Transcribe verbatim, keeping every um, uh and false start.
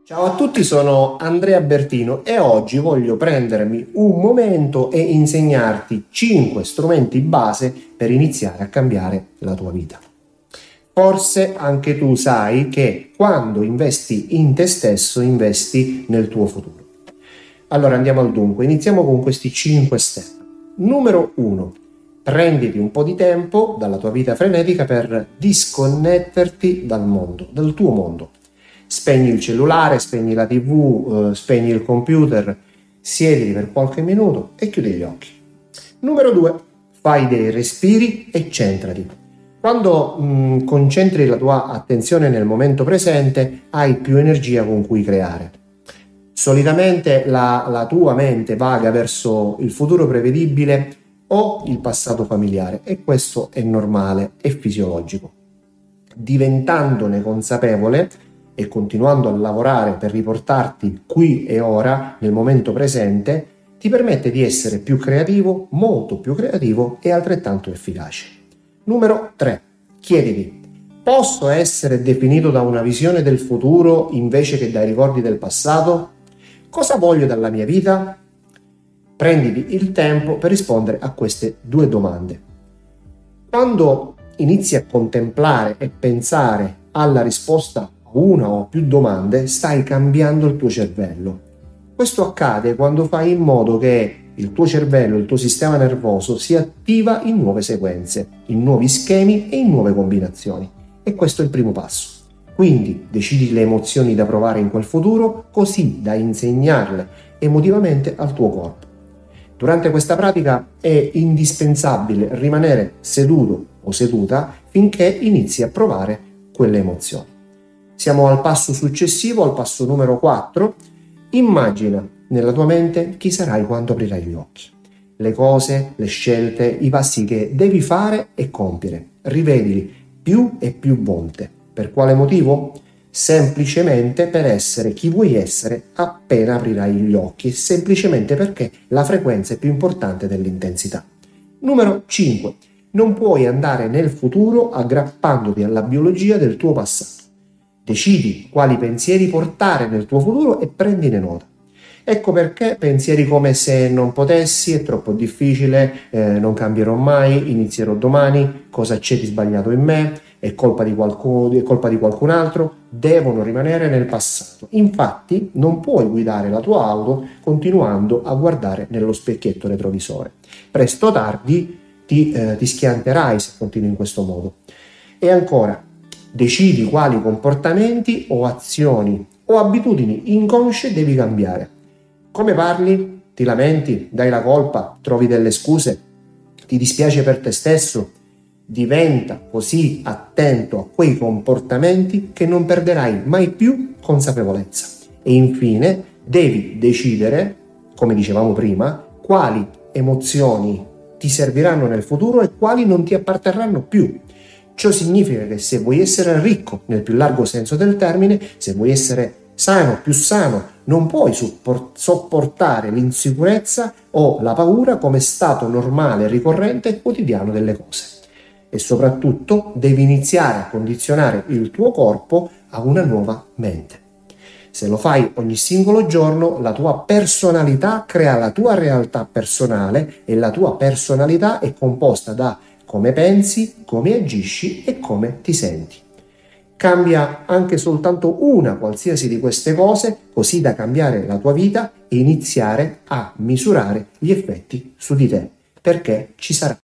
Ciao a tutti, sono Andrea Bertino e oggi voglio prendermi un momento e insegnarti cinque strumenti base per iniziare a cambiare la tua vita. Forse anche tu sai che quando investi in te stesso, investi nel tuo futuro. Allora andiamo al dunque, iniziamo con questi cinque step. Numero uno. Prenditi un po' di tempo dalla tua vita frenetica per disconnetterti dal mondo, dal tuo mondo. Spegni il cellulare, spegni la tivù, eh, spegni il computer, siediti per qualche minuto e chiudi gli occhi. Numero due. Fai dei respiri e centrati. Quando mh, concentri la tua attenzione nel momento presente, hai più energia con cui creare. Solitamente la, la tua mente vaga verso il futuro prevedibile o il passato familiare e questo è normale, è fisiologico. Diventandone consapevole e continuando a lavorare per riportarti qui e ora, nel momento presente, ti permette di essere più creativo, molto più creativo e altrettanto efficace. Numero tre. Chiediti: posso essere definito da una visione del futuro invece che dai ricordi del passato? Cosa voglio dalla mia vita? Prenditi il tempo per rispondere a queste due domande. Quando inizi a contemplare e pensare alla risposta a una o più domande, stai cambiando il tuo cervello. Questo accade quando fai in modo che il tuo cervello, il tuo sistema nervoso si attiva in nuove sequenze, in nuovi schemi e in nuove combinazioni. E questo è il primo passo. Quindi decidi le emozioni da provare in quel futuro, così da insegnarle emotivamente al tuo corpo. Durante questa pratica è indispensabile rimanere seduto o seduta finché inizi a provare quelle emozioni. Siamo al passo successivo, al passo numero quattro. Immagina nella tua mente chi sarai quando aprirai gli occhi. Le cose, le scelte, i passi che devi fare e compiere. Rivedili più e più volte. Per quale motivo? Semplicemente per essere chi vuoi essere appena aprirai gli occhi, semplicemente perché la frequenza è più importante dell'intensità. Numero cinque. Non puoi andare nel futuro aggrappandoti alla biologia del tuo passato. Decidi quali pensieri portare nel tuo futuro e prendine nota. Ecco perché pensieri come se non potessi, è troppo difficile, eh, non cambierò mai, inizierò domani, cosa c'è di sbagliato in me, è colpa di qualcuno, è colpa di qualcun altro, devono rimanere nel passato. Infatti non puoi guidare la tua auto continuando a guardare nello specchietto retrovisore. Presto o tardi ti, eh, ti schianterai se continui in questo modo. E ancora, decidi quali comportamenti o azioni o abitudini inconsce devi cambiare. Come parli? Ti lamenti? Dai la colpa? Trovi delle scuse? Ti dispiace per te stesso? Diventa così attento a quei comportamenti che non perderai mai più consapevolezza. E infine devi decidere, come dicevamo prima, quali emozioni ti serviranno nel futuro e quali non ti apparterranno più. Ciò significa che se vuoi essere ricco nel più largo senso del termine, se vuoi essere sano, più sano, non puoi support- sopportare l'insicurezza o la paura come stato normale, ricorrente e quotidiano delle cose. E soprattutto devi iniziare a condizionare il tuo corpo a una nuova mente. Se lo fai ogni singolo giorno, la tua personalità crea la tua realtà personale e la tua personalità è composta da come pensi, come agisci e come ti senti. Cambia anche soltanto una qualsiasi di queste cose, così da cambiare la tua vita e iniziare a misurare gli effetti su di te, perché ci sarà.